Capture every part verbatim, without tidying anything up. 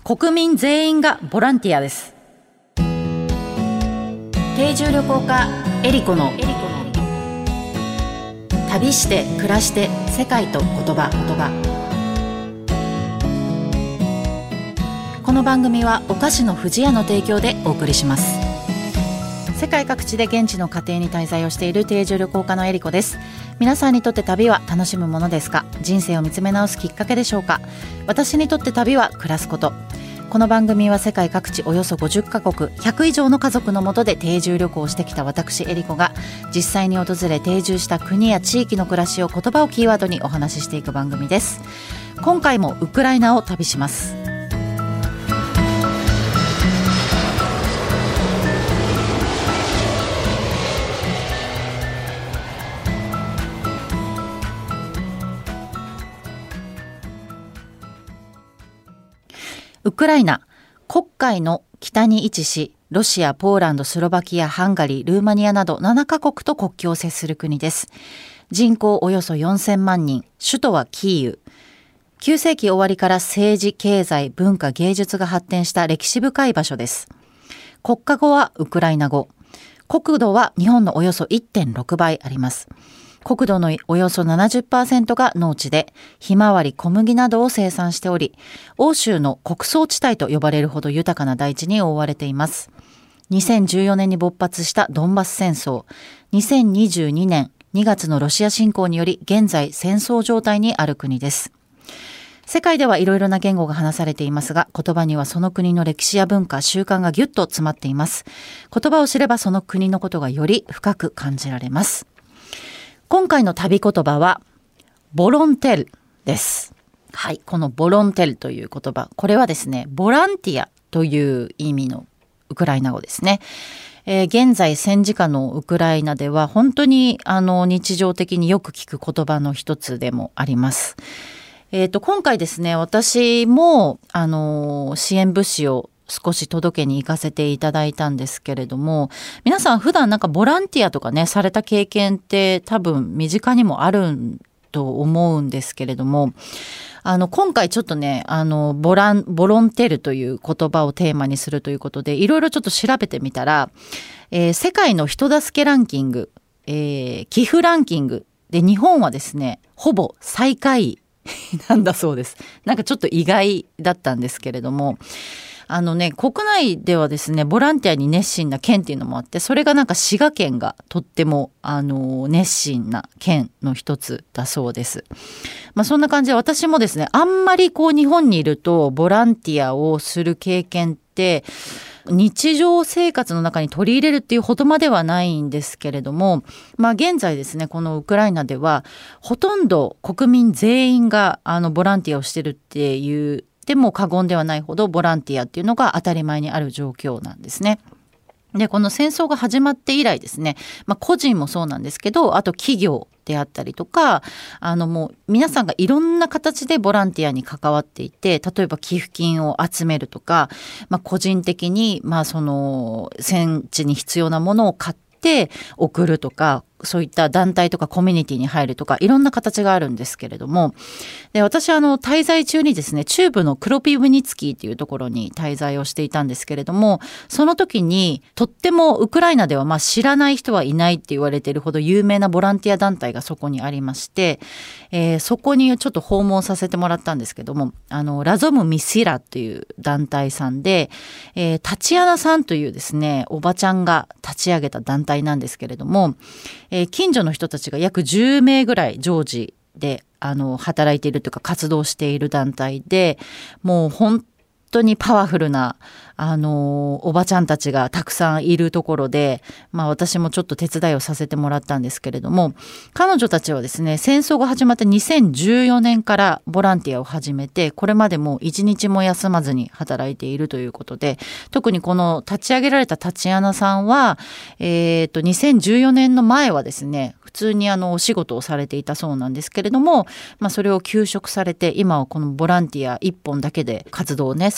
国民全員がボランティアです。定住旅行家エリコの旅して暮らして世界と言葉言葉。この番組はお菓子の不二家の提供でお送りします。世界各地で現地の家庭に滞在をしている定住旅行家のエリコです。皆さんにとって旅は楽しむものですか？人生を見つめ直すきっかけでしょうか？私にとって旅は暮らすこと。この番組は世界各地およそごじゅっカ国ひゃく以上の家族の下で定住旅行をしてきた私エリコが実際に訪れ定住した国や地域の暮らしを言葉をキーワードにお話ししていく番組です。今回もウクライナを旅します。ウクライナ、黒海の北に位置し、ロシア、ポーランド、スロバキア、ハンガリー、ルーマニアなどななカ国と国境を接する国です。人口およそよんせんまんにん、首都はキーウ。きゅうせいき終わりから政治、経済、文化、芸術が発展した歴史深い場所です。国家語はウクライナ語。国土は日本のおよそ いってんろくばいあります。国土のおよそ ななじゅっパーセント が農地で、ひまわり、小麦などを生産しており、欧州の穀倉地帯と呼ばれるほど豊かな大地に覆われています。にせんじゅうよねんに勃発したドンバス戦争、にせんにじゅうにねんにがつのロシア侵攻により現在戦争状態にある国です。世界ではいろいろな言語が話されていますが、言葉にはその国の歴史や文化、習慣がぎゅっと詰まっています。言葉を知ればその国のことがより深く感じられます。今回の旅言葉はボロンテルです。はい、このボロンテルという言葉、これはですね、ボランティアという意味のウクライナ語ですね。えー、現在戦時下のウクライナでは本当にあの日常的によく聞く言葉の一つでもあります。えーと、今回ですね、私もあの支援物資を少し届けに行かせていただいたんですけれども、皆さん普段なんかボランティアとかねされた経験って多分身近にもあると思うんですけれども、あの今回ちょっとねあのボランボロンテルという言葉をテーマにするということでいろいろちょっと調べてみたら、えー、世界の人助けランキング、えー、寄付ランキングで日本はですねほぼ最下位なんだそうです。なんかちょっと意外だったんですけれども、あのね、国内ではですねボランティアに熱心な県っていうのもあって、それがなんか滋賀県がとってもあの熱心な県の一つだそうです。まあそんな感じで私もですねあんまりこう日本にいるとボランティアをする経験って日常生活の中に取り入れるっていうほどまではないんですけれども、まあ現在ですねこのウクライナではほとんど国民全員があのボランティアをしてるっていうでも過言ではないほどボランティアっていうのが当たり前にある状況なんですね。で、この戦争が始まって以来ですね、まあ、個人もそうなんですけど、あと企業であったりとか、あのもう皆さんがいろんな形でボランティアに関わっていて、例えば寄付金を集めるとか、まあ、個人的にまあその戦地に必要なものを買って送るとか、そういった団体とかコミュニティに入るとかいろんな形があるんですけれども、で私はあの滞在中にですね中部のクロピブニツキーというところに滞在をしていたんですけれども、その時にとってもウクライナではまあ知らない人はいないって言われているほど有名なボランティア団体がそこにありまして、えー、そこにちょっと訪問させてもらったんですけども、あのラゾムミシラっていう団体さんで、えー、タチアナさんというですねおばちゃんが立ち上げた団体なんですけれども、えー、近所の人たちが約じゅうめいぐらい常時であの働いているというか活動している団体で、もう本当にパワフルなあのおばちゃんたちがたくさんいるところで、まあ私もちょっと手伝いをさせてもらったんですけれども、彼女たちはですね戦争が始まってにせんじゅうよねんからボランティアを始めて、これまでも一日も休まずに働いているということで、特にこの立ち上げられたタチアナさんは、えー、とにせんじゅうよねんの前はですね普通にあのお仕事をされていたそうなんですけれども、まあ、それを休職されて今はこのボランティア一本だけで活動をね支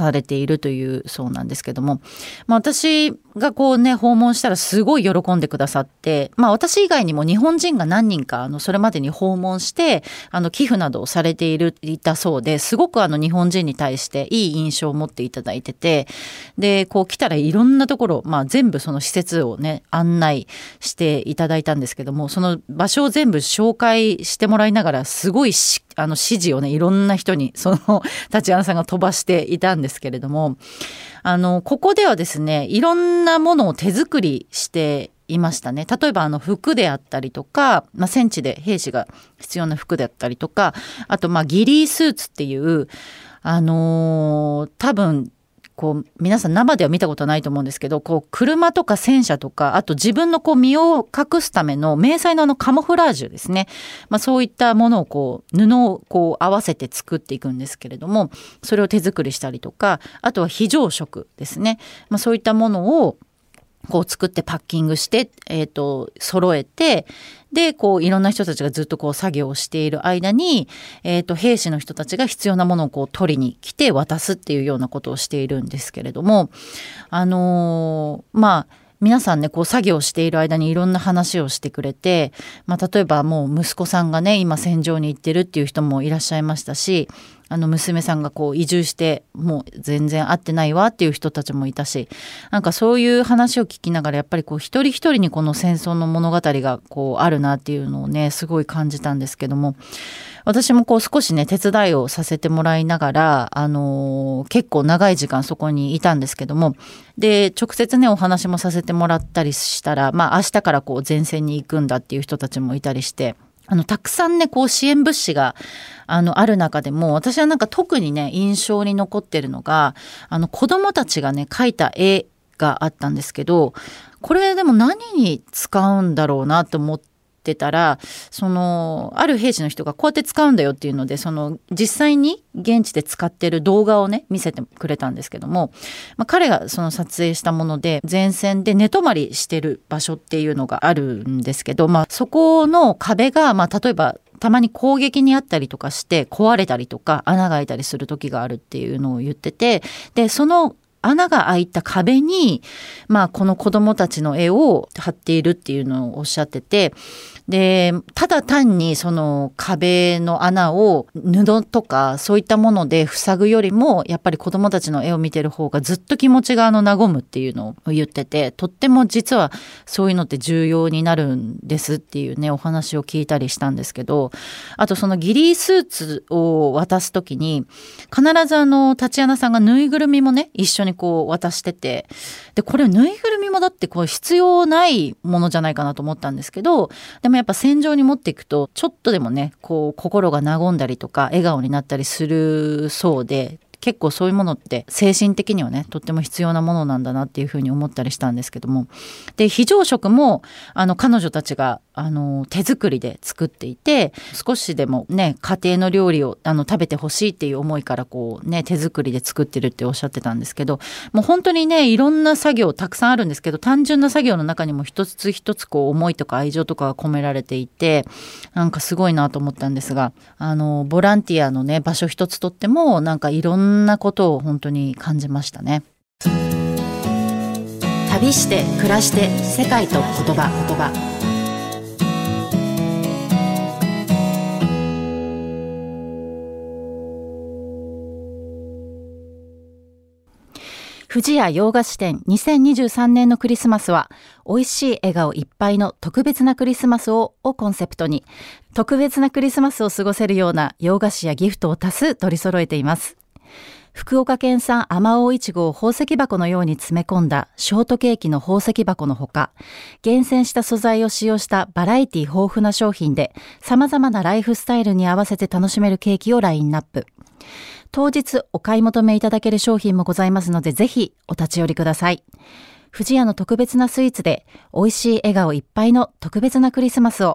されているというそうなんですけども、まあ、私がこうね訪問したらすごい喜んでくださって、まあ、私以外にも日本人が何人かあのそれまでに訪問してあの寄付などをされているいたそうで、すごくあの日本人に対していい印象を持っていただいてて、でこう来たらいろんなところ、まあ、全部その施設をね案内していただいたんですけども、その場所を全部紹介してもらいながらすごいしあの指示をねいろんな人にそのタチアナさんが飛ばしていたんですけれども、あのここではですねいろんなものを手作りしていましたね。例えばあの服であったりとか、まあ、戦地で兵士が必要な服であったりとか、あとまあギリースーツっていうあのー、多分こう皆さん生では見たことないと思うんですけど、こう車とか戦車とか、あと自分のこう身を隠すための迷彩のあのカモフラージュですね、まあ、そういったものをこう布をこう合わせて作っていくんですけれども、それを手作りしたりとか、あとは非常食ですね、まあ、そういったものをこう作ってパッキングして、えーと、揃えて、でこういろんな人たちがずっとこう作業をしている間に、えーと、兵士の人たちが必要なものをこう取りに来て渡すっていうようなことをしているんですけれども、あのー、まあ皆さんねこう作業している間にいろんな話をしてくれて、まあ、例えばもう息子さんがね今戦場に行ってるっていう人もいらっしゃいましたし、あの娘さんがこう移住してもう全然会ってないわっていう人たちもいたし、なんかそういう話を聞きながらやっぱりこう一人一人にこの戦争の物語がこうあるなっていうのをねすごい感じたんですけども、私もこう少しね手伝いをさせてもらいながら、あのー、結構長い時間そこにいたんですけども、で直接ねお話もさせてもらったりしたら、まあ明日からこう前線に行くんだっていう人たちもいたりして、あのたくさんねこう支援物資があのある中でも、私はなんか特にね印象に残ってるのが、あの子どもたちがね描いた絵があったんですけど、これでも何に使うんだろうなと思ってってたら、そのある兵士の人がこうやって使うんだよっていうので、その実際に現地で使ってる動画をね見せてくれたんですけども、まあ、彼がその撮影したもので、前線で寝泊まりしてる場所っていうのがあるんですけど、まあ、そこの壁が、まあ、例えばたまに攻撃にあったりとかして壊れたりとか穴が開いたりする時があるっていうのを言ってて、でその穴が開いた壁に、まあ、この子どもたちの絵を貼っているっていうのをおっしゃってて、でただ単にその壁の穴を布とかそういったもので塞ぐよりも、やっぱり子どもたちの絵を見てる方がずっと気持ちがあの和むっていうのを言ってて、とっても実はそういうのって重要になるんですっていうねお話を聞いたりしたんですけど、あとそのギリースーツを渡す時に必ずあのタチアナさんがぬいぐるみもね一緒にこう渡してて、でこれぬいぐるみもだってこう必要ないものじゃないかなと思ったんですけど、でもやっぱ戦場に持っていくとちょっとでもねこう心が和んだりとか笑顔になったりするそうで、結構そういうものって精神的にはねとっても必要なものなんだなっていうふうに思ったりしたんですけども、で非常食もあの彼女たちがあの手作りで作っていて、少しでもね家庭の料理をあの食べてほしいっていう思いからこうね手作りで作ってるっておっしゃってたんですけど、もう本当にねいろんな作業たくさんあるんですけど、単純な作業の中にも一つ一つこう思いとか愛情とかが込められていて、なんかすごいなと思ったんですが、あのボランティアのね場所一つとってもなんかいろんなことを本当に感じましたね。旅して暮らして世界と言葉言葉富士屋洋菓子店にせんにじゅうさんねんのクリスマスは美味しい笑顔いっぱいの特別なクリスマスををコンセプトに、特別なクリスマスを過ごせるような洋菓子やギフトを多数取り揃えています。福岡県産あまおういちごを宝石箱のように詰め込んだショートケーキの宝石箱のほか、厳選した素材を使用したバラエティ豊富な商品で様々なライフスタイルに合わせて楽しめるケーキをラインナップ。当日お買い求めいただける商品もございますので、ぜひお立ち寄りください。富士屋の特別なスイーツで美味しい笑顔いっぱいの特別なクリスマスを。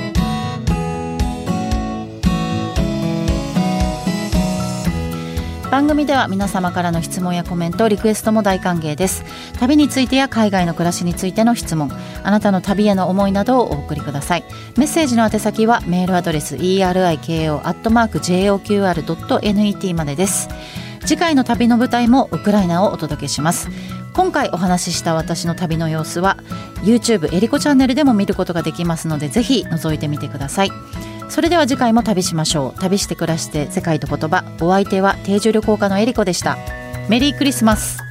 番番組では皆様からの質問やコメント、リクエストも大歓迎です。旅についてや海外の暮らしについての質問、あなたの旅への思いなどをお送りください。メッセージの宛先はメールアドレス イーアールアイケーオーアットマークジェイオーキューアールドットネット までです。次回の旅の舞台もウクライナをお届けします。今回お話しした私の旅の様子は YouTube えりこチャンネルでも見ることができますので、ぜひ覗いてみてください。それでは次回も旅しましょう。旅して暮らして世界と言葉。お相手は定住旅行家のえりこでした。メリークリスマス。